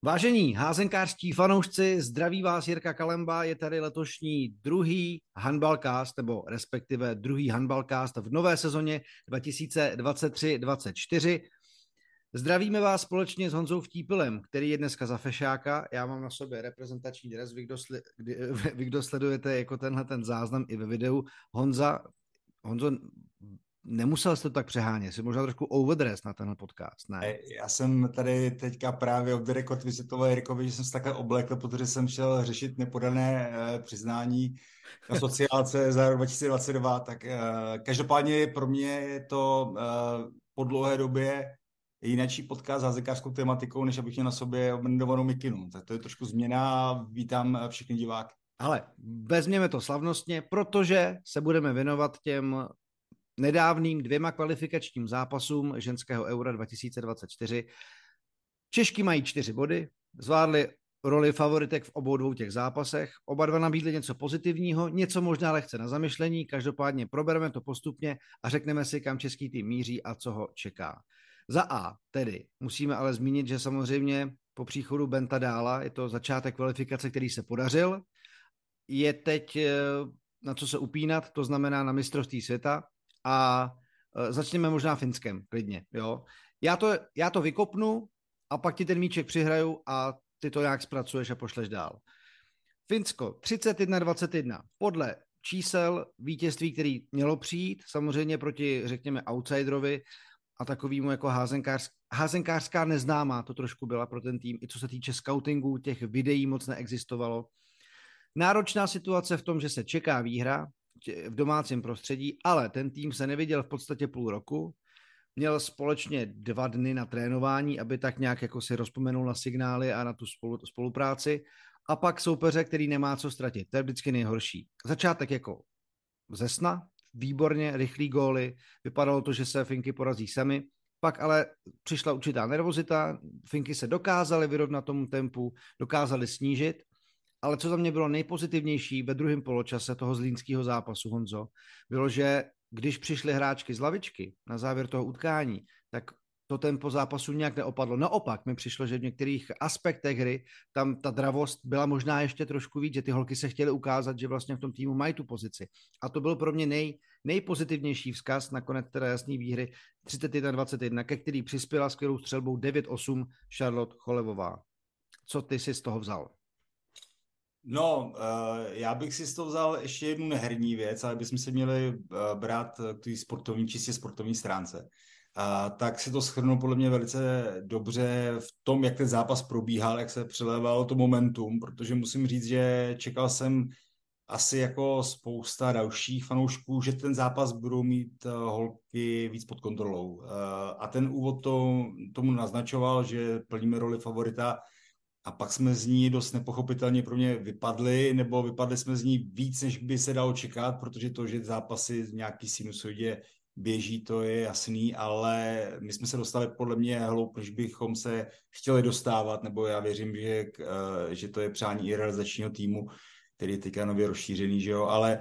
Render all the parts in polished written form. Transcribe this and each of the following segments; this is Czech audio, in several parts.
Vážení házenkářští fanoušci, zdraví vás Jirka Kalemba, je tady letošní druhý handballcast, nebo respektive druhý handballcast v nové sezóně 2023-24. Zdravíme vás společně s Honzou Vtípilem, který je dneska za fešáka. Já mám na sobě reprezentační dres, vy kdo sledujete jako tenhle ten záznam i ve videu. Honzo, nemusel jste to tak přehánět, jsi možná trošku overdress na tenhle podcast, ne? Já jsem tady teďka právě off the record vysvětloval Jirkovi, že jsem se takhle oblekl, protože jsem šel řešit nepodané přiznání na sociálce za rok 2022, tak každopádně pro mě je to po dlouhé době jináčí podcast s házekářskou tematikou, než abych měl na sobě obrendovanou mikinu. Tak to je trošku změna a vítám všechny diváky. Ale vezměme to slavnostně, protože se budeme věnovat těm nedávným 2 kvalifikačním zápasům ženského Eura 2024. Češky mají 4 body, zvládli roli favoritek v obou dvou těch zápasech. Oba dva nabídli něco pozitivního, něco možná lehce na zamyšlení, každopádně probereme to postupně a řekneme si, kam český tým míří a co ho čeká. Za A tedy musíme ale zmínit, že samozřejmě po příchodu Benta Dála je to začátek kvalifikace, který se podařil. Je teď na co se upínat, to znamená na mistrovství světa a začněme možná Finskem, klidně. Jo? Já to vykopnu a pak ti ten míček přihraju a ty to nějak zpracuješ a pošleš dál. Finsko 31-21. Podle čísel vítězství, který mělo přijít, samozřejmě proti, řekněme, outsiderovi a takovýmu jako házenkářská neznámá to trošku byla pro ten tým, i co se týče scoutingu, těch videí moc neexistovalo. Náročná situace v tom, že se čeká výhra v domácím prostředí, ale ten tým se neviděl v podstatě půl roku, měl společně 2 dny na trénování, aby tak nějak jako si rozpomenul na signály a na tu spolupráci a pak soupeře, který nemá co ztratit. To je vždycky nejhorší. Začátek jako ze sna, výborně, rychlý góly, vypadalo to, že se Finky porazí sami, pak ale přišla určitá nervozita, Finky se dokázaly vyrovnat tomu tempu, dokázaly snížit, ale co za mě bylo nejpozitivnější ve druhém poločase toho zlínského zápasu, Honzo, bylo, že když přišly hráčky z lavičky na závěr toho utkání, tak to tempo zápasu nějak neopadlo. Naopak mi přišlo, že v některých aspektech hry tam ta dravost byla možná ještě trošku víc, že ty holky se chtěly ukázat, že vlastně v tom týmu mají tu pozici. A to byl pro mě nejpozitivnější vzkaz, nakonec teda jasný výhry 31-21, ke který přispěla skvělou střelbou 9-8 Charlotte Cholevová. Co ty si z toho vzal? No, já bych si z toho vzal ještě jednu neherní věc, ale bychom se měli brát k té sportovní, čistě sportovní stránce. Tak se to shrnulo podle mě velice dobře v tom, jak ten zápas probíhal, jak se přelévalo to momentum, protože musím říct, že čekal jsem asi jako spousta dalších fanoušků, že ten zápas budou mít holky víc pod kontrolou. A ten úvod tomu naznačoval, že plníme roli favorita a pak jsme z ní dost nepochopitelně pro mě vypadli, nebo vypadli jsme z ní víc, než by se dalo čekat, protože to, že zápasy v nějaký sinusoidě běží, to je jasný, ale my jsme se dostali podle mě hloub, než bychom se chtěli dostávat, nebo já věřím, že to je přání i realizačního týmu, který je teďka nově rozšířený, že jo, ale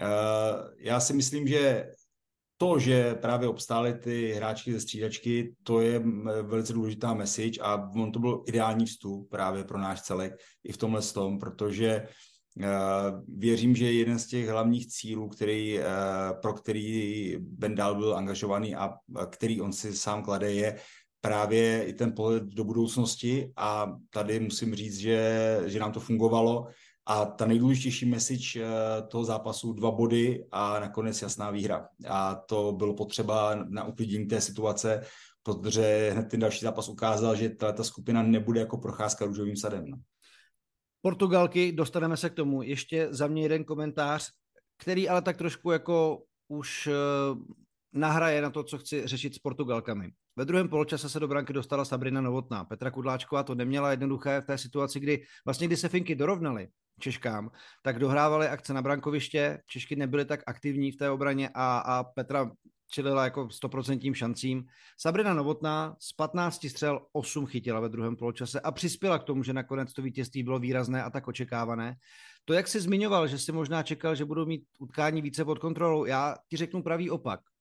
já si myslím, že to, že právě obstály ty hráčky ze střídačky, to je velice důležitá message a on to byl ideální vstup právě pro náš celek i v tomhle tom, protože věřím, že jeden z těch hlavních cílů, pro který Bendal byl angažovaný a který on si sám klade, je právě i ten pohled do budoucnosti a tady musím říct, že nám to fungovalo. A ta nejdůležitější message toho zápasu 2 body a nakonec jasná výhra. A to bylo potřeba na uklidnění té situace, protože hned ten další zápas ukázal, že ta skupina nebude jako procházka růžovým sadem. No. Portugalky, dostaneme se k tomu. Ještě za mě jeden komentář, který ale tak trošku jako už nahraje na to, co chci řešit s Portugalkami. Ve druhém poločase se do branky dostala Sabrina Novotná. Petra Kudláčková to neměla jednoduché v té situaci, kdy se Finky dorovnaly Češkám, tak dohrávaly akce na brankoviště, Češky nebyly tak aktivní v té obraně a Petra čelila jako 100% šancím. Sabrina Novotná z 15 střel 8 chytila ve druhém poločase a přispěla k tomu, že nakonec to vítězství bylo výrazné a tak očekávané. To, jak jsi zmiňoval, že si možná čekal, že budou mít utkání více pod kontrolou, já ti řeknu pravý opak.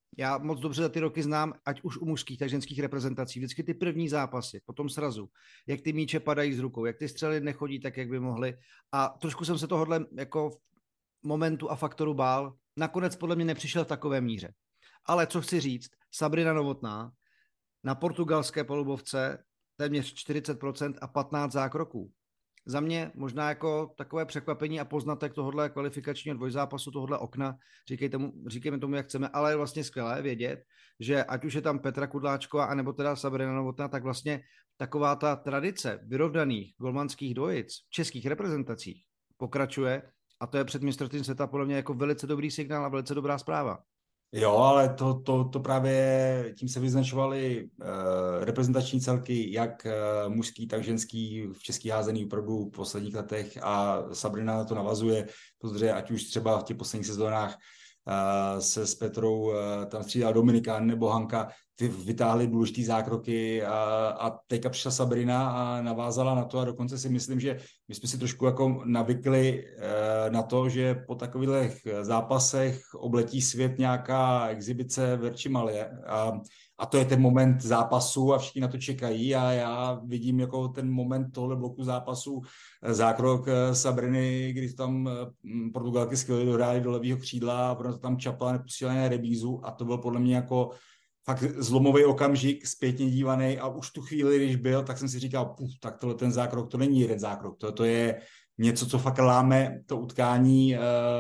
Já moc dobře za ty roky znám, ať už u mužských, tak ženských reprezentací, vždycky ty první zápasy, po tom srazu, jak ty míče padají z rukou, jak ty střely nechodí tak, jak by mohly. A trošku jsem se tohohle jako momentu a faktoru bál. Nakonec podle mě nepřišel v takové míře. Ale co chci říct, Sabrina Novotná na portugalské polubovce téměř 40% a 15 zákroků. Za mě možná jako takové překvapení a poznatek tohohle kvalifikačního dvojzápasu, tohohle okna, říkejme tomu, jak chceme, ale je vlastně skvělé vědět, že ať už je tam Petra Kudláčková, anebo teda Sabrina Novotná, tak vlastně taková ta tradice vyrovnaných golmanských dvojic v českých reprezentacích pokračuje a to je před mistrovstvím světa podle mě jako velice dobrý signál a velice dobrá zpráva. Jo, ale to právě tím se vyznačovaly reprezentační celky, jak mužský, tak ženský v český házený opravdu v posledních letech a Sabrina na to navazuje, protože ať už třeba v těch posledních sezónách se s Petrou tam střídal Dominikán nebo Hanka, ty vytáhli důležitý zákroky a teďka přišla Sabrina a navázala na to a dokonce si myslím, že my jsme si trošku jako navykli na to, že po takových zápasech obletí svět nějaká exibice Verčimalie a to je ten moment zápasu a všichni na to čekají a já vidím jako ten moment tohle bloku zápasu zákrok Sabriny, kdy tam Portugalky skvěle dohráli do levého křídla a proto tam čapla nepustila na remízu a to byl podle mě jako fakt zlomový okamžik, zpětně dívaný a už tu chvíli, když byl, tak jsem si říkal, tak tohle ten zákrok, to není jeden zákrok, to je něco, co fakt láme to utkání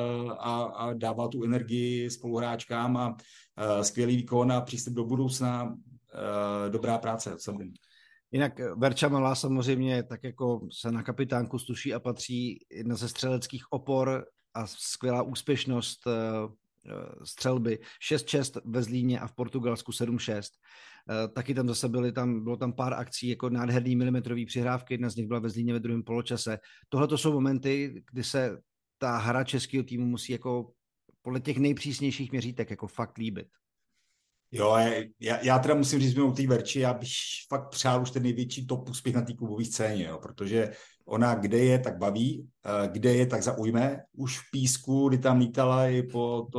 a dává tu energii spoluhráčkám a skvělý výkon a přístup do budoucna, dobrá práce od Sabriny. Jinak Verča Malá samozřejmě tak jako se na kapitánku stuší a patří jedna ze střeleckých opor a skvělá úspěšnost střelby 6-6 ve Zlíně a v Portugalsku 7-6. Taky tam zase bylo tam pár akcí jako nádherný milimetrový přihrávky, jedna z nich byla ve Zlíně ve druhém poločase. Tohle to jsou momenty, kdy se ta hra českého týmu musí jako podle těch nejpřísnějších měřítek jako fakt líbit. Jo, já teda musím říct, o té Verči, já bych fakt přál už ten největší top úspěch na té klubové scéně, jo, protože ona kde je, tak baví, kde je, tak zaujme. Už v Písku, kdy tam lítala i po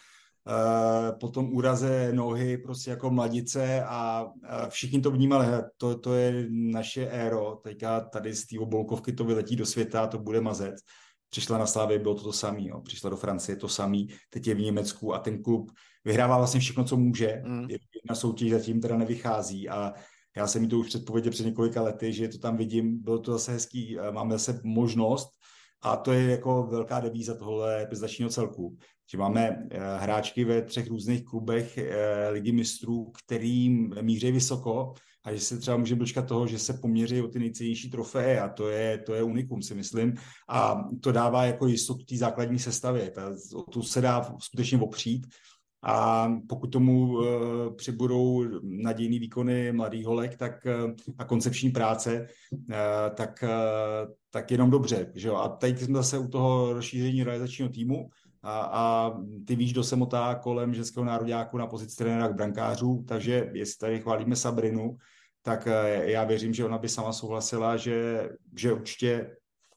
tom úraze nohy prostě jako mladice a všichni to vnímali, to je naše éro, teďka tady z té obolkovky to vyletí do světa, to bude mazec. Přišla na Slávy, bylo to samý, jo. Přišla do Francie, to samý, teď je v Německu a ten klub vyhrává vlastně všechno, co může. Jedna soutěž zatím teda nevychází a já jsem mi to už předpověděl před několika lety, že to tam vidím, bylo to zase hezký, máme zase možnost a to je jako velká devíza tohohle reprezentačního celku, že máme hráčky ve 3 různých klubech Ligy mistrů, kterým míří vysoko a že se třeba můžeme dočkat toho, že se poměří o ty nejcennější trofeje a to je unikum, si myslím. A to dává jako jistotu té základní sestavě. Tu se dá skutečně opřít a pokud tomu přibudou nadějný výkony mladých holek a koncepční práce, tak jenom dobře. Že jo? A teď jsme zase u toho rozšíření realizačního týmu a ty víš, kdo se motá kolem ženského nároďáku na pozici trenéra brankářů, takže jestli tady chválíme Sabrinu, tak já věřím, že ona by sama souhlasila, že určitě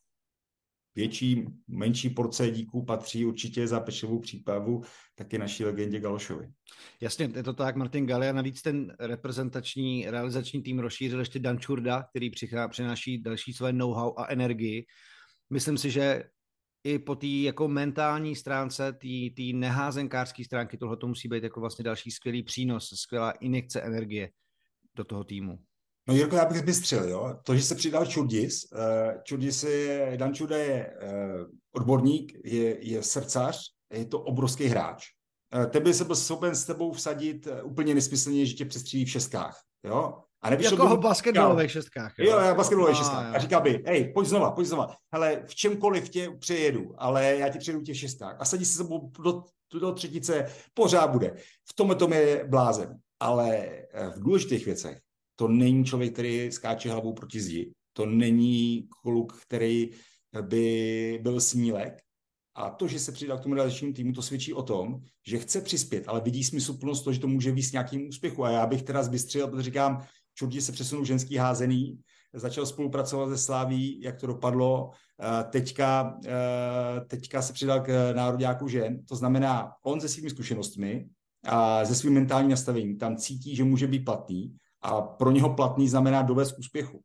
menší porce díků patří určitě za pečlivou přípravu taky naší legendě Galošovi. Jasně, je to tak, Martin Gali a navíc ten realizační tým rozšířil ještě Dan Čurda, který přináší další své know-how a energii. Myslím si, že i po té jako mentální stránce, té neházenkářské stránky, tohle to musí být jako vlastně další skvělý přínos, skvělá injekce energie do toho týmu. No Jirko, já bych zbystřil, jo. To, že se přidal Čurdis Dan Čurda je odborník, je srdcař, je to obrovský hráč. Ten by se byl schopen s tebou vsadit úplně nesmyslně, že tě přestřílí v šestkách, jo. A jako v basketbalových šestkách. Jo, v basketbalových šestkách. A říkal by, hej, pojď znova. Hele, v čemkoliv tě přejedu, ale já ti přejedu těch šestkách. A sadí se sebou do třetice, pořád bude. V tomhle tom je blázen. Ale v důležitých věcech to není člověk, který skáče hlavou proti zdi. To není kluk, který by byl snílek. A to, že se přidal k tomu dalšímu týmu, to svědčí o tom, že chce přispět, ale vidí smysluplnost to, že to může víc nějakým úspěchu. A já bych teda zbystřil, protože říkám, Čurdi se přesunul ženský házený, začal spolupracovat se Slaví, jak to dopadlo. Teďka se přidal k nároďáku žen. To znamená, on se svými zkušenostmi a se svým mentálním nastavením. Tam cítí, že může být platný a pro něho platný znamená dovést k úspěchu.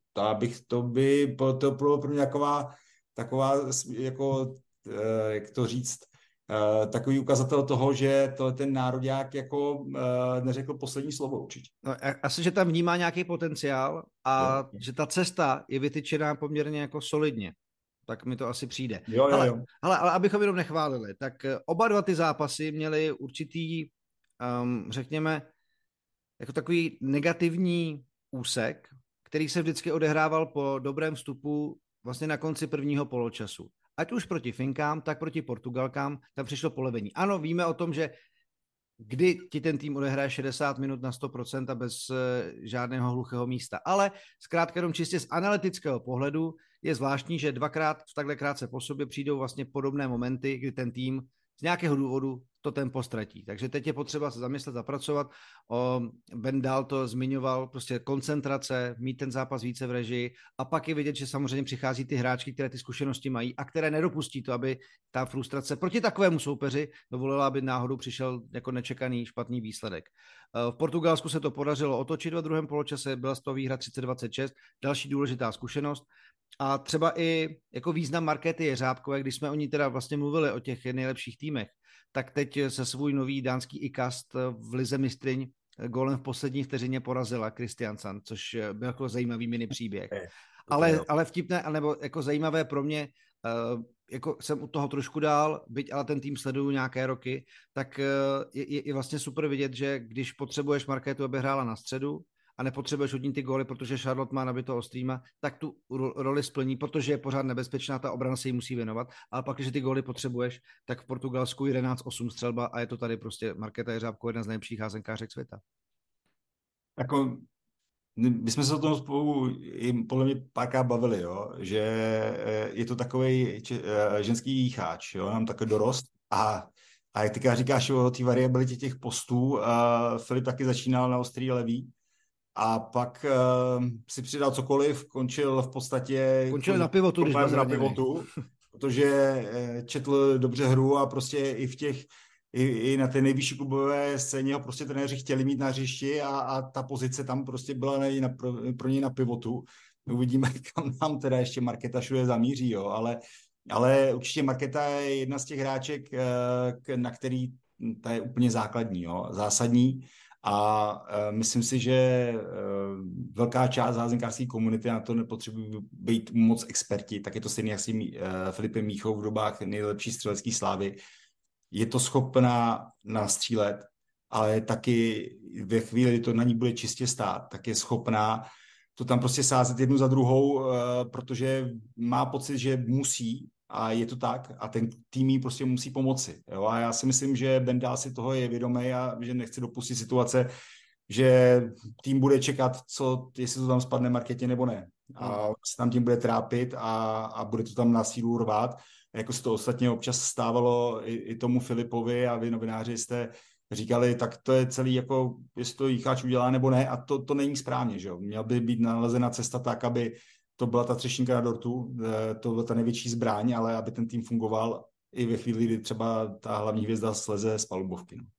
To bylo pro mě taková jako, jak to říct, takový ukazatel toho, že ten nároďák jako neřekl poslední slovo určitě. No, asi, že tam vnímá nějaký potenciál a že ta cesta je vytyčená poměrně jako solidně. Tak mi to asi přijde. Jo. Ale abychom jenom nechválili, tak oba dva ty zápasy měly určitý, řekněme, jako takový negativní úsek, který se vždycky odehrával po dobrém vstupu vlastně na konci prvního poločasu. Ať už proti Finkám, tak proti Portugalkám, tam přišlo polevení. Ano, víme o tom, že kdy ti ten tým odehraje 60 minut na 100% a bez žádného hluchého místa. Ale zkrátka jenom čistě z analytického pohledu je zvláštní, že dvakrát v takhle krátce po sobě přijdou vlastně podobné momenty, kdy ten tým z nějakého důvodu to tempo ztratí. Takže teď je potřeba se zamyslet, zapracovat. Ben Dahl to zmiňoval, prostě koncentrace, mít ten zápas více v režii a pak je vidět, že samozřejmě přichází ty hráčky, které ty zkušenosti mají a které nedopustí to, aby ta frustrace proti takovému soupeři dovolila, aby náhodou přišel jako nečekaný špatný výsledek. V Portugalsku se to podařilo otočit ve druhém poločase, byla z toho výhra 30-26, další důležitá zkušenost. A třeba i jako význam Markéty Jeřábkové, když jsme o ní teda vlastně mluvili o těch nejlepších týmech, tak teď se svůj nový dánský IKAST v lize mistryň gólem v poslední vteřině porazila Kristiansand, což byl jako zajímavý mini příběh. Ale vtipné, nebo jako zajímavé pro mě, jako jsem u toho trošku dál, byť ale ten tým sleduju nějaké roky, tak je vlastně super vidět, že když potřebuješ Markétu, aby hrála na středu, a nepotřebuješ od ní ty góly, protože Charlotte má nabito ostrýma, tak tu roli splní, protože je pořád nebezpečná, ta obrana se jí musí věnovat, ale pak, když ty góly potřebuješ, tak v Portugalsku 11-8 střelba a je to tady prostě Markéta Jeřábková, jedna z nejlepších házenkářek světa. Jako, my jsme se o tom spolu podle mě párkrát bavili, jo? Že je to takovej ženský jícháč, jo? Nám takový dorost a jak ty říkáš o té variabilitě těch postů, Filip taky začínal na ostrý levý, a pak si přidal cokoliv, končil v podstatě... Končil na pivotu, když byl na pivotu, protože četl dobře hru a prostě i na té nejvyšší klubové scéně ho prostě trenéři chtěli mít na hřišti a ta pozice tam prostě byla pro něj na pivotu. Uvidíme, kam nám teda ještě Markéta všude zamíří, jo, ale určitě Markéta je jedna z těch hráček, na který ta je úplně základní, jo, zásadní. A myslím si, že velká část házenkářské komunity na to nepotřebují být moc experti, tak je to stejný jak s tím Filipem Míchou v dobách nejlepší střelecké slávy. Je to schopná nastřílet, ale taky ve chvíli, kdy to na ní bude čistě stát, tak je schopná to tam prostě sázet jednu za druhou, protože má pocit, že musí, a je to tak, a ten tým jí prostě musí pomoci. Jo? A já si myslím, že Ben Dahl si toho je vědomý a že nechce dopustit situace, že tým bude čekat, jestli to tam spadne Markétě nebo ne. A se tam tím bude trápit a bude to tam na sílu rvát. Jako se to ostatně občas stávalo i tomu Filipovi a vy novináři jste říkali, tak to je celý, jako jestli to jícháč udělá nebo ne, a to není správně, že jo. Měl by být nalezena cesta tak, aby to byla ta třešínka na dortu, to byla ta největší zbraň, ale aby ten tým fungoval i ve chvíli, kdy třeba ta hlavní hvězda sleze z palubovky. No.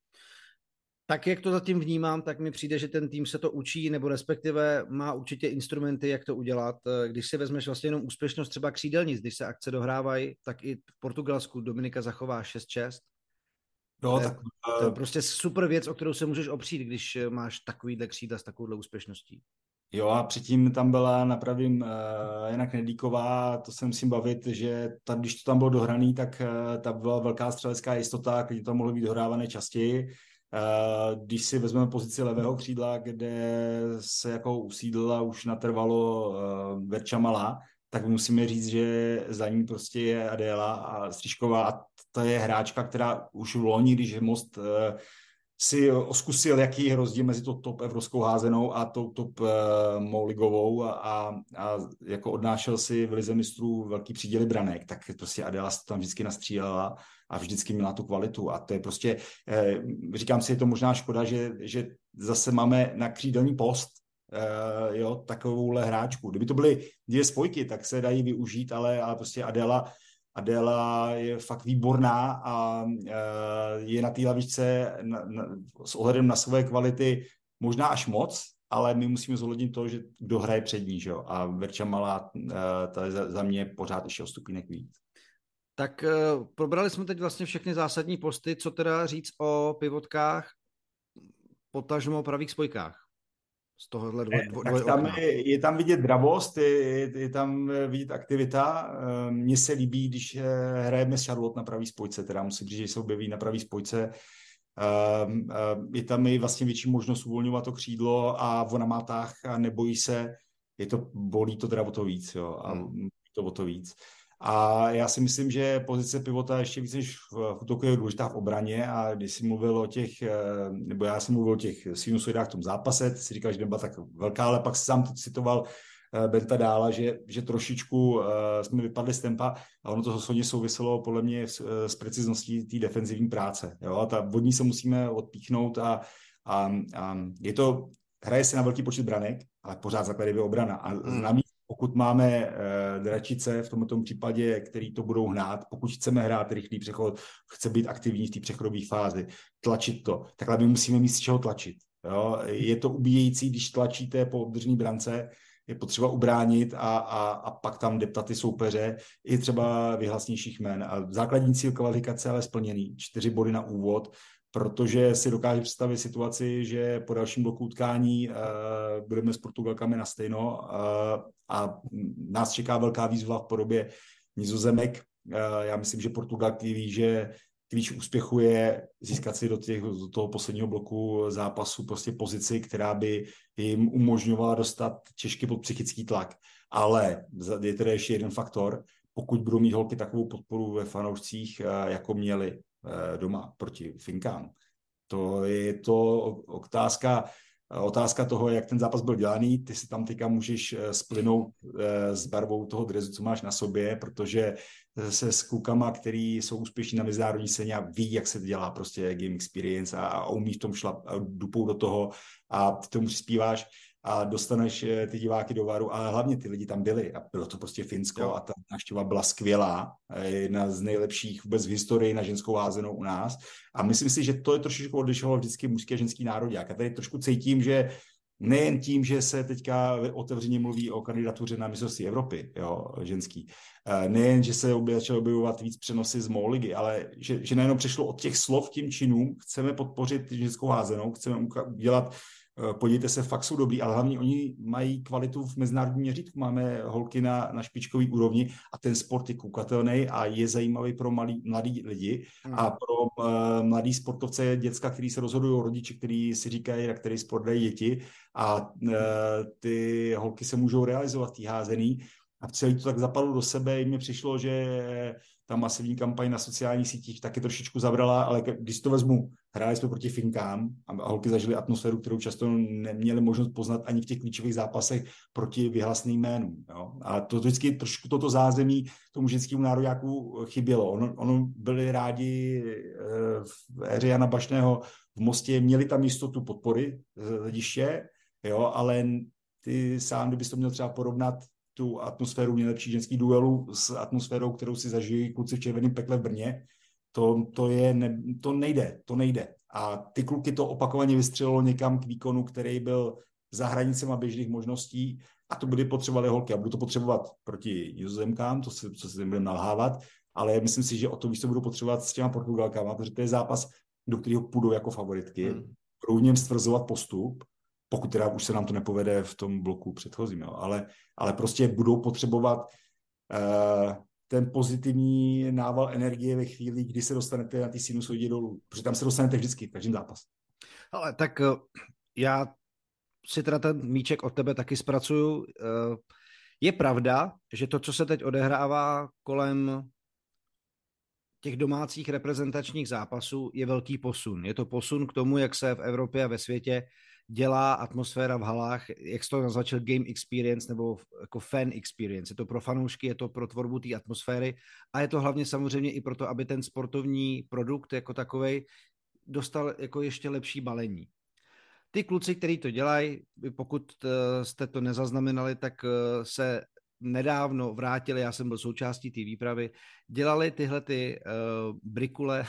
Tak jak to zatím vnímám, tak mi přijde, že ten tým se to učí, nebo respektive má určitě instrumenty, jak to udělat. Když si vezmeš vlastně jenom úspěšnost třeba křídelnic, když se akce dohrávají, tak i v Portugalsku Dominika zachová 6-6. No, to je prostě super věc, o kterou se můžeš opřít, když máš takovýhle křídla s takovouhle úspěšností. Jo, a předtím tam byla na pravým Jana Knedlíková, to se musím bavit, že když to tam bylo dohraný, tak ta byla velká střelecká jistota, když to mohlo být dohrávané častěji. Když si vezmeme pozici levého křídla, kde se jako usídlila už natrvalo Verča Malá, tak musíme říct, že za ní prostě je Adéla a Stříšková a to je hráčka, která už v loni, když Most si zkusil, jaký je rozdíl mezi to top evropskou házenou a tou top ligovou a jako odnášel si v lize mistrů velký příděly branek, tak prostě Adéla se tam vždycky nastřílela a vždycky měla tu kvalitu a to je prostě, říkám si, je to možná škoda, že zase máme na křídelní post takovouhle hráčku. Kdyby to byly dvě spojky, tak se dají využít, ale prostě Adéla Adéla je fakt výborná a je na té lavičce s ohledem na své kvality možná až moc, ale my musíme zohlednit to, že kdo hraje před ní, že jo? A Verča Malá, ta je za mě pořád ještě o stupínek víc. Tak probrali jsme teď vlastně všechny zásadní posty, co teda říct o pivotkách, potažmo pravých spojkách z tohohle Tak dvoj tam okna. je tam vidět dravost, je tam vidět aktivita. Mně se líbí, když hrajeme s Charlotte na pravý spojce, teda musím říct, že se objeví na pravý spojce. Je tam i vlastně větší možnost uvolňovat to křídlo a ona má tah a nebojí se, bolí to teda o to víc, jo, a to o to víc. A já si myslím, že pozice pivota ještě víc než v útoku je důležitá v obraně a když jsi mluvil o těch, nebo já jsem mluvil o těch sinusoidách v tom zápase, ty si říkal, že nebyla tak velká, ale pak sám to citoval Benta Dála, že trošičku jsme vypadli z tempa a ono to hodně souviselo podle mě s precizností té defenzivní práce. Jo? A ta vodní se musíme odpíchnout a je to, hraje se na velký počet branek, ale pořád základem je obrana. A navíc, pokud máme dračice v tomto případě, který to budou hnát, pokud chceme hrát rychlý přechod, chce být aktivní v té přechodové fázi, tlačit to, takhle my musíme mít z čeho tlačit. Jo? Je to ubíjející, když tlačíte po obdržené brance, je potřeba ubránit a pak tam deptat ty soupeře, i třeba vyhlasnějších jmen. A základní cíl kvalifikace ale splněný. 4 body na úvod, protože si dokáže představit situaci, že po dalším bloku utkání budeme s Portugalkami na stejno a nás čeká velká výzva v podobě Nizozemek. Já myslím, že Portugalky ví, že klíč úspěchu je získat si do toho posledního bloku zápasu prostě pozici, která by jim umožňovala dostat Češky pod psychický tlak. Ale je tedy ještě jeden faktor, pokud budou mít holky takovou podporu ve fanoušcích, jako měli doma proti Finkám. To je to otázka toho, jak ten zápas byl dělaný. Ty si tam teďka můžeš splynout s barvou toho dresu, co máš na sobě, protože se s klukama, který jsou úspěšní na mezinárodní scéně a ví, jak se to dělá prostě game experience a umí v tom dupou do toho a ty tomu přispíváš a dostaneš ty diváky do varu, ale hlavně ty lidi tam byli a bylo to prostě Finsko a ta návštěva byla skvělá, jedna z nejlepších vůbec v historii na ženskou házenou u nás a myslím si, že to je trošičku odlišovalo vždycky mužský a ženský národák. Já tady trošku cítím, že nejen tím, že se teďka otevřeně mluví o kandidatuře na mistrovství Evropy, jo, ženský, nejen, že se začaly objevovat víc přenosy z MOL ligy, ale že najednou přešlo od těch slov tím činům, chceme podpořit ženskou házenou, chceme dělat podívejte se, fakt jsou dobrý, ale hlavně oni mají kvalitu v mezinárodním měřítku. Máme holky na špičkový úrovni a ten sport je koukatelný a je zajímavý pro mladý lidi a pro mladý sportovce, děcka, který se rozhodují o rodiče, který si říkají, na který sport dají děti a ty holky se můžou realizovat v té házený a celý to tak zapadlo do sebe. I mi přišlo, že ta masivní kampaň na sociálních sítích taky trošičku zabrala, ale když to vezmu, hráli jsme proti Finkám a holky zažili atmosféru, kterou často neměli možnost poznat ani v těch klíčových zápasech proti vyhlasným jménům. Jo? A to vždycky trošku toto zázemí tomu ženskému nároďáku chybělo. Ono byli rádi v éře Jana Bašného v Mostě, měli tam jistotu podpory z hlediště, jo? Ale ty sám, kdybys to měl třeba porovnat tu atmosféru nejlepších ženských duelů s atmosférou, kterou si zažijí kluci v Červeném pekle v Brně, to nejde. A ty kluky to opakovaně vystřelilo někam k výkonu, který byl za hranicema běžných možností a to byly potřebovali holky. A budu to potřebovat proti Nizozemkám, co se budeme nalhávat, ale myslím si, že o to víc to budou potřebovat s těma Portugalkama, protože to je zápas, do kterého půjdou jako favoritky, budou v něm stvrzovat postup, pokud teda už se nám to nepovede v tom bloku předchozím, jo. Ale prostě budou potřebovat ten pozitivní nával energie ve chvíli, kdy se dostanete na ty sinusoidě dolů, protože tam se dostanete vždycky v každém zápase. Ale tak já si teda ten míček od tebe taky zpracuju. Je pravda, že to, co se teď odehrává kolem těch domácích reprezentačních zápasů, je velký posun. Je to posun k tomu, jak se v Evropě a ve světě dělá atmosféra v halách, jak jsi to naznačil, game experience nebo jako fan experience. Je to pro fanoušky, je to pro tvorbu té atmosféry a je to hlavně samozřejmě i proto, aby ten sportovní produkt jako takovej dostal jako ještě lepší balení. Ty kluci, kteří to dělají, pokud jste to nezaznamenali, tak se nedávno vrátili, já jsem byl součástí té výpravy, dělali tyhle ty brikule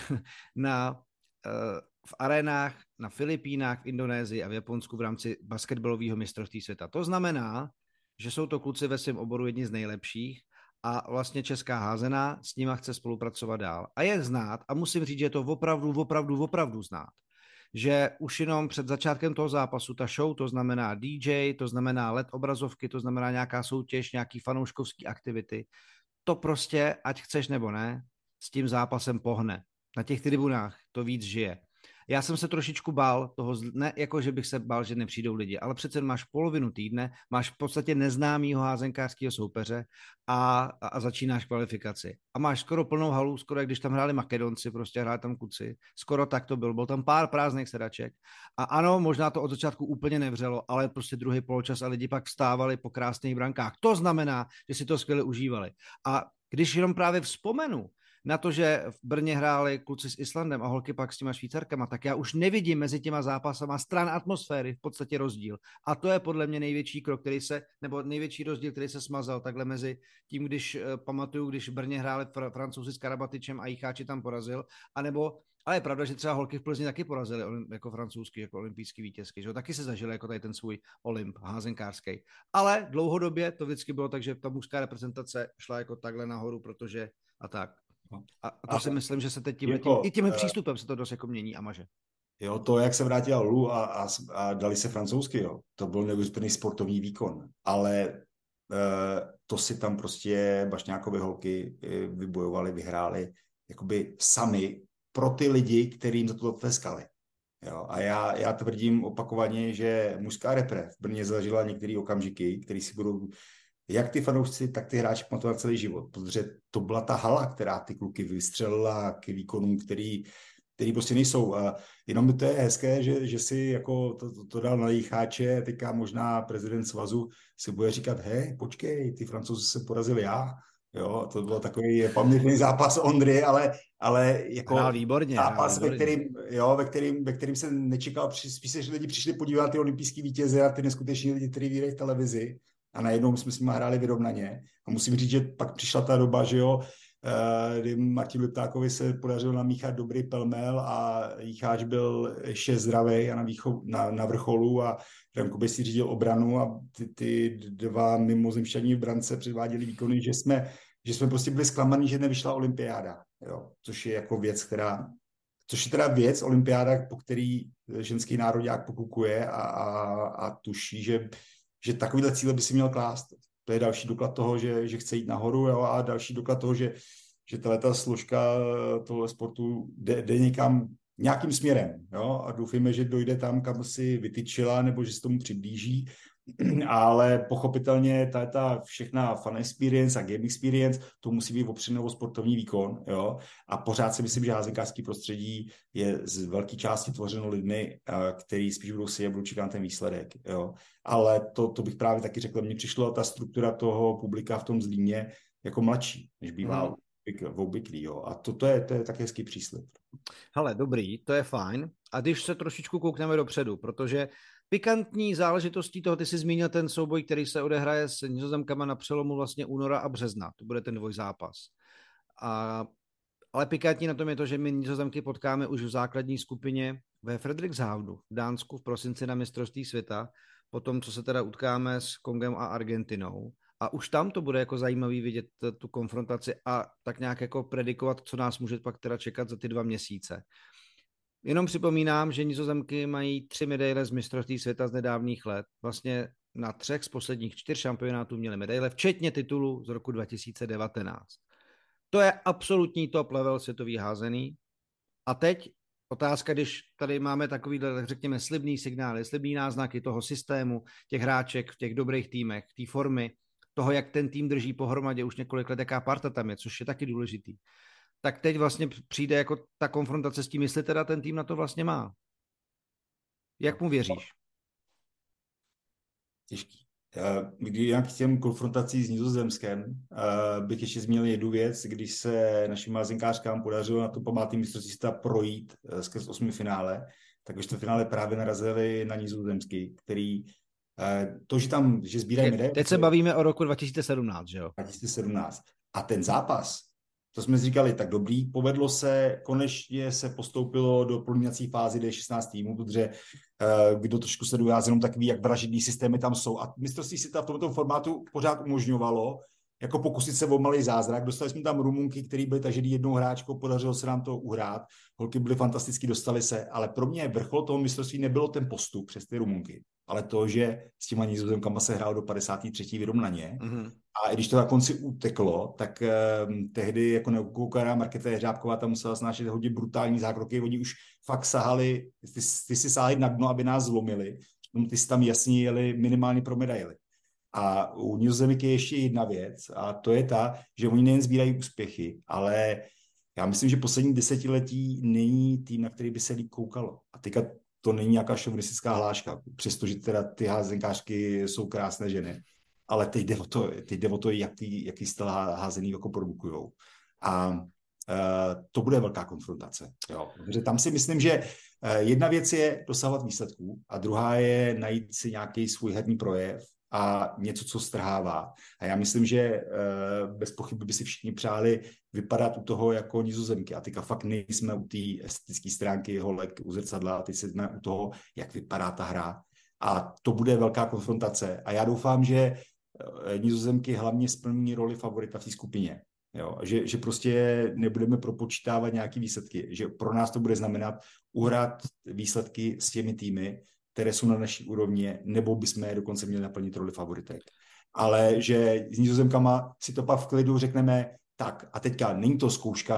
v arénách na Filipínách, v Indonésii a v Japonsku v rámci basketbalového mistrovství světa. To znamená, že jsou to kluci ve svém oboru jedni z nejlepších a vlastně česká házená s nima chce spolupracovat dál. A je znát, a musím říct, že je to opravdu znát, že už jenom před začátkem toho zápasu ta show, to znamená DJ, to znamená LED obrazovky, to znamená nějaká soutěž, nějaký fanouškovský aktivity, to prostě, ať chceš nebo ne, s tím zápasem pohne. Na těch tribunách to víc žije. Já jsem se trošičku bál toho, ne jako, že bych se bál, že nepřijdou lidi, ale přece máš polovinu týdne, máš v podstatě neznámýho házenkářského soupeře a začínáš kvalifikaci. A máš skoro plnou halu, skoro jak když tam hráli Makedonci, prostě hráli tam kluci, skoro tak to byl tam pár prázdných sedaček. A ano, možná to od začátku úplně nevřelo, ale prostě druhý poločas a lidi pak vstávali po krásných brankách. To znamená, že si to skvěle užívali. A když jenom právě vzpomenu na to, že v Brně hráli kluci s Islandem a holky pak s těma Švýcarkama, tak já už nevidím mezi těma zápasama stran atmosféry v podstatě rozdíl. A to je podle mě největší krok, nebo největší rozdíl, který se smazal takhle mezi tím, když pamatuju, když v Brně hráli Francouzi s Karabatičem a Jicháči tam porazil, ale je pravda, že třeba holky v Plzni taky porazili jako francouzský, jako olympijský vítězky, že taky se zažili jako tady ten svůj olymp házenkářský. Ale dlouhodobě to vždycky bylo tak, že ta mužská reprezentace šla jako takhle nahoru, protože a tak. A to si myslím, že se teď tím přístupem se to dost jako mění a maže. Jo, to, jak se vrátila Lulu a dali se francouzsky, jo, to byl neuvěřitelný sportovní výkon, ale to si tam prostě Bašňákové holky vybojovali, vyhráli jakoby sami pro ty lidi, kterým za to tleskali. Jo, a já tvrdím opakovaně, že mužská repre v Brně zažila některé okamžiky, které si budou jak ty fanoušci, tak ty hráči pamatovat celý život, protože to byla ta hala, která ty kluky vystřelila k výkonům, který prostě nejsou. A jenom to je hezké, že si jako to dal na Jicháče, teďka možná prezident svazu si bude říkat, hej, počkej, ty Francouzi se porazili já. Jo, to byl takový pamětný zápas Ondry, ale jako hrál výborně, zápas, ve kterým se nečekal, spíš že lidi přišli podívat ty olympijský vítěze a ty neskuteční lidi, kteří vyhrají v televizi. A najednou jsme s nimi hráli vyrovnaně. A musím říct, že pak přišla ta doba, že jo, kdy Martinu Liptákovi se podařilo namíchat dobrý pelmel a Jicháč byl ještě zdravý a na vrcholu a Remkubej si řídil obranu a ty dva mimozemšťaní v brance předváděli výkony, že jsme prostě byli zklamaní, že nevyšla olympiáda. Jo, což je jako věc, což je teda věc, olympiáda, po který ženský národák pokukuje a tuší, že takovýhle cíle by si měl klást. To je další doklad toho, že chce jít nahoru, jo, a další doklad toho, že tato složka tohle sportu jde někam nějakým směrem. Jo, a doufujeme, že dojde tam, kam si vytyčila, nebo že se tomu přiblíží. Ale pochopitelně ta všechna fan experience a game experience, to musí být opřeno o sportovní výkon. Jo? A pořád si myslím, že házenkářský prostředí je z velké části tvořeno lidmi, který spíš budou si budou čekat ten výsledek. Jo? Ale to bych právě taky řekl, mně přišla ta struktura toho publika v tom Zlíně jako mladší, než bývá v obvyklý. Jo? A to je taky hezký příslib. Hele, dobrý, to je fajn. A když se trošičku koukneme dopředu, protože pikantní záležitostí toho, ty jsi zmínil ten souboj, který se odehraje s Nizozemkama na přelomu vlastně února a března. To bude ten dvojzápas. Ale pikantní na tom je to, že my Nizozemky potkáme už v základní skupině ve Frederikshavnu v Dánsku v prosinci na mistrovství světa, potom, co se teda utkáme s Kongem a Argentinou. A už tam to bude jako zajímavý vidět tu konfrontaci a tak nějak jako predikovat, co nás může pak teda čekat za ty 2 měsíce. Jenom připomínám, že Nizozemky mají 3 medaile z mistrovství světa z nedávných let. Vlastně na 3 z posledních 4 šampionátů měli medaile, včetně titulu z roku 2019. To je absolutní top level světový házený. A teď otázka, když tady máme takovýhle, tak řekněme, slibný signály, slibný náznaky toho systému, těch hráček v těch dobrých týmech, té formy, toho, jak ten tým drží pohromadě už několik let, jaká parta tam je, což je taky důležitý. Tak teď vlastně přijde jako ta konfrontace s tím, jestli teda ten tým na to vlastně má. Jak mu věříš? Těžký. Když k těm konfrontacím s Nizozemskem bych ještě zmínil jednu věc, když se našim házenkářkám podařilo na to památný mistrovství světa projít skrz 8. finále, tak ve 4. finále právě narazili na Nizozemsky, který To, že sbírají medaile. Teď se bavíme o roku 2017, že jo? 2017. A ten zápas, to jsme si říkali, tak dobrý, povedlo se, konečně se postoupilo do prolínací fázy, kde je 16 týmů, protože kdo trošku sleduje jenom tak ví, jak vražedný systémy tam jsou. A mistrovství světa v tomto formátu pořád umožňovalo jako pokusit se o malý zázrak. Dostali jsme tam Rumunky, který byli tažený jednou hráčkou, podařilo se nám to uhrát. Holky byly fantasticky, dostali se, ale pro mě vrchol toho mistrovství nebylo ten postup přes ty Rumunky, ale to, že s těma Nizozemkama se hrál do 53. vyrovnaně. Mm-hmm. A i když to na konci uteklo, tak tehdy jako neukoukaná Markéta Jeřábková tam musela snášet hodně brutální zákroky. Oni už fakt sahali, ty si sáhli na dno, aby nás zlomili. Ty si tam jasně jeli minimálně pro medaily. A u Nizozemky je ještě jedna věc a to je ta, že oni nejen sbírají úspěchy, ale já myslím, že poslední desetiletí není tým, na který by se líp koukalo. A teďka to není nějaká šovinistická hláška, přestože teda ty házenkářky jsou krásné ženy. Ale teď jde o to jaký styl házený jako produkujou. A to bude velká konfrontace. Jo. Protože tam si myslím, že jedna věc je dosahovat výsledků a druhá je najít si nějaký svůj herní projev a něco, co strhává. A já myslím, že bez pochyby by si všichni přáli vypadat u toho jako Nizozemky. A teďka fakt nejsme u té estetické stránky holek u zrcadla, a teď jsme u toho, jak vypadá ta hra. A to bude velká konfrontace. A já doufám, že Nizozemky hlavně splní roli favorita v té skupině. Jo? Že prostě nebudeme propočítávat nějaké výsledky. Že pro nás to bude znamenat uhrát výsledky s těmi týmy, které jsou na naší úrovni, nebo bychom je dokonce měli naplnit roli favoritek. Ale že s Nizozemkama si to pak v klidu řekneme, tak a teďka není to zkouška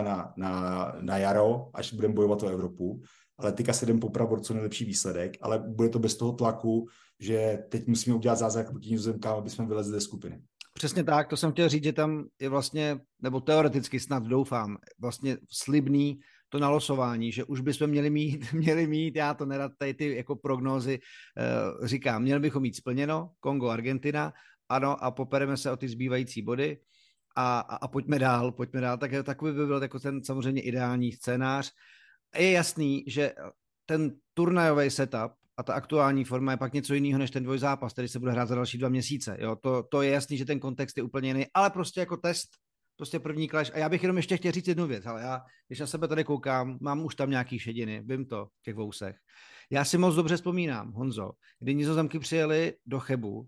na jaro, až budeme bojovat o Evropu, ale teďka se jdeme popravit co nejlepší výsledek, ale bude to bez toho tlaku, že teď musíme udělat zázrak proti Nizozemkám, aby jsme vylezli ze skupiny. Přesně tak, to jsem chtěl říct, že tam je vlastně, nebo teoreticky snad doufám, vlastně slibný to nalosování, že už bychom měli mít, já to nerad tady ty jako prognózy říkám, měli bychom mít splněno, Kongo, Argentina, ano, a popereme se o ty zbývající body a pojďme dál, tak takový by byl jako ten samozřejmě ideální scénář. Je jasný, že ten turnajový setup a ta aktuální forma je pak něco jiného než ten dvojzápas, který se bude hrát za další 2 měsíce. Jo? To je jasný, že ten kontext je úplně jiný, ale prostě jako test, prostě první clash. A já bych jenom ještě chtěl říct jednu věc, ale já, když na sebe tady koukám, mám už tam nějaký šediny, vím to v těch vousech. Já si moc dobře vzpomínám, Honzo, kdy Nizozemky přijeli do Chebu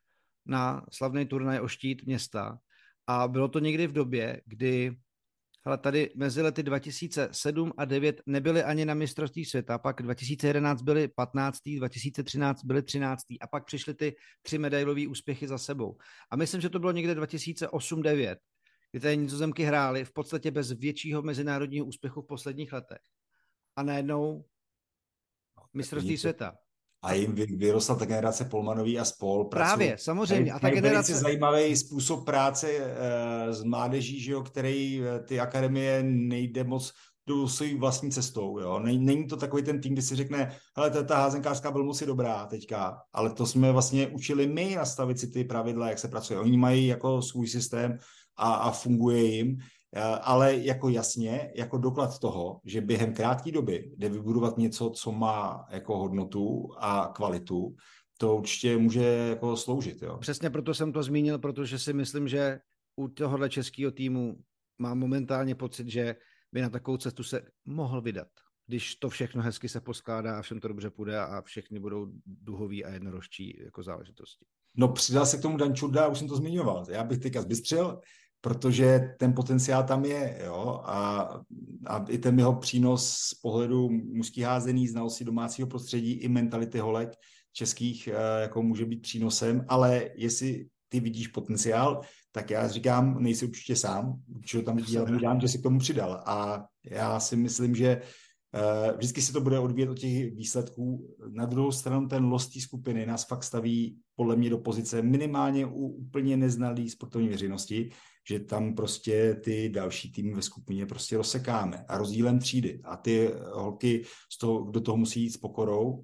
na slavný turnaj o štít města a bylo to někdy v době, kdy tady mezi lety 2007 a 2009 nebyli ani na mistrovství světa, pak 2011 byli 15., 2013 byli 13. a pak přišly ty 3 medailové úspěchy za sebou. A myslím, že to bylo někde 2008-2009, kdy tady Nizozemky hrály v podstatě bez většího mezinárodního úspěchu v posledních letech. A najednou mistrovství světa. A jim vyrostla ta generace Polmanový a spol. Právě, samozřejmě. A ta generace... velice zajímavý způsob práce s mládeží, že jo, který ty akademie nejde moc jdou svou vlastní cestou. Jo. Není to takový ten tým, kdy si řekne, hele, ta házenkářská velmoc je dobrá teďka, ale to jsme vlastně učili my nastavit si ty pravidla, jak se pracuje. Oni mají jako svůj systém a funguje jim. Ale jako jasně, jako doklad toho, že během krátké doby jde vybudovat něco, co má jako hodnotu a kvalitu, to určitě může jako sloužit. Jo. Přesně proto jsem to zmínil, protože si myslím, že u tohohle českého týmu mám momentálně pocit, že by na takovou cestu se mohl vydat, když to všechno hezky se poskládá a všem to dobře půjde a všechny budou duhový a jednorožčí jako záležitosti. No přidal se k tomu Dan Čurda, už jsem to zmiňoval. Já bych teďka zbystřil, protože ten potenciál tam je, jo, a i ten jeho přínos z pohledu mužských házený, znalosti domácího prostředí i mentality holek českých jako může být přínosem, ale jestli ty vidíš potenciál, tak já říkám, nejsi určitě sám, určitě tam dělám, že si k tomu přidal a já si myslím, že vždycky se to bude odvíjet od těch výsledků. Na druhou stranu ten los té skupiny nás fakt staví podle mě do pozice minimálně u úplně neznalý sportovní veřejnosti, že tam prostě ty další týmy ve skupině prostě rozsekáme a rozdílem třídy. A ty holky do toho musí jít s pokorou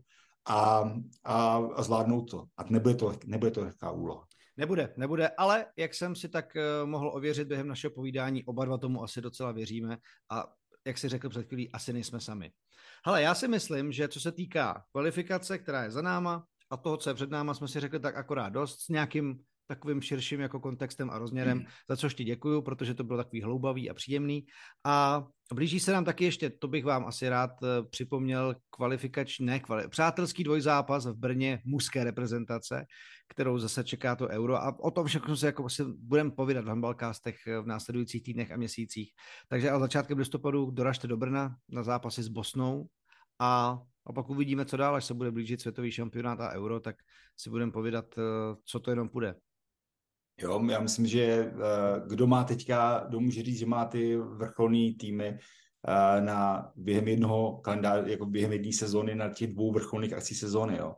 a zvládnout to. A nebude to lehká úloha. Nebude, ale jak jsem si tak mohl ověřit během našeho povídání, oba dva tomu asi docela věříme a jak si řekl před chvílí, asi nejsme sami. Hele, já si myslím, že co se týká kvalifikace, která je za náma, a toho, co je před náma, jsme si řekli tak akorát dost s nějakým takovým širším jako kontextem a rozměrem, za což ti děkuju, protože to bylo takový hloubavý a příjemný. A blíží se nám taky ještě, to bych vám asi rád připomněl, přátelský dvojzápas v Brně mužské reprezentace, kterou zase čeká to Euro a o tom všechno se jako budeme povídat v handballcastech v následujících týdnech a měsících. Takže a začátkem listopadu doražte do Brna na zápasy s Bosnou a pak uvidíme, co dál, až se bude blížit světový šampionát a Euro, tak si budeme povídat, co to jenom půjde. Jo, já myslím, že kdo může říct, že má ty vrcholné týmy během jednoho kalendáře, jako během jedné sezóny na těch 2 vrcholných akcí sezóny, jo.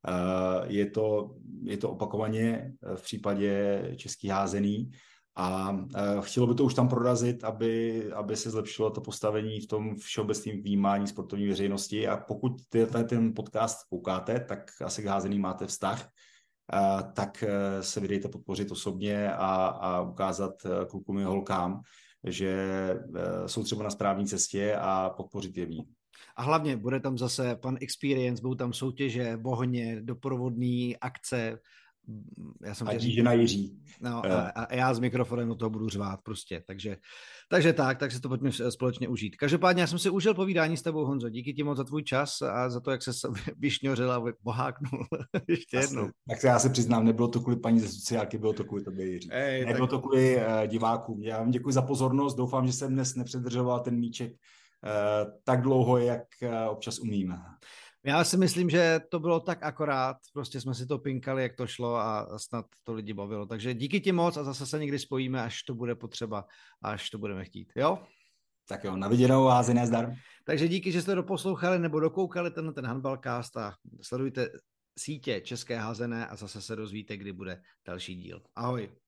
Je to opakovaně v případě českých házený a chtělo by to už tam prorazit, aby se zlepšilo to postavení v tom všeobecném vnímání sportovní veřejnosti a pokud ten podcast koukáte, tak asi k házený máte vztah, tak se vydejte podpořit osobně a ukázat klukům i holkám, že jsou třeba na správné cestě a podpořit je v ní. A hlavně bude tam zase pan Experience, budou tam soutěže, bohně, doprovodné akce. A Jižina Jiří. No, a já s mikrofonem do toho budu řvát prostě. Takže se to pojďme společně užít. Každopádně já jsem si užil povídání s tebou, Honzo. Díky ti moc za tvůj čas a za to, jak se vyšňořil a boháknul. Ještě jednou. Tak já se přiznám, nebylo to kvůli paní ze sociálky, bylo to kvůli tobě, Jiří. Nebylo to kvůli divákům. Já vám děkuji za pozornost. Doufám, že jsem dnes nepředržoval ten míček tak dlouho, jak občas umím. Já si myslím, že to bylo tak akorát, prostě jsme si to pinkali, jak to šlo a snad to lidi bavilo. Takže díky ti moc a zase se někdy spojíme, až to bude potřeba, až to budeme chtít. Jo? Tak jo, na viděnou a házené zdar. Takže díky, že jste doposlouchali nebo dokoukali ten handballcast a sledujte sítě České házené a zase se dozvíte, kdy bude další díl. Ahoj.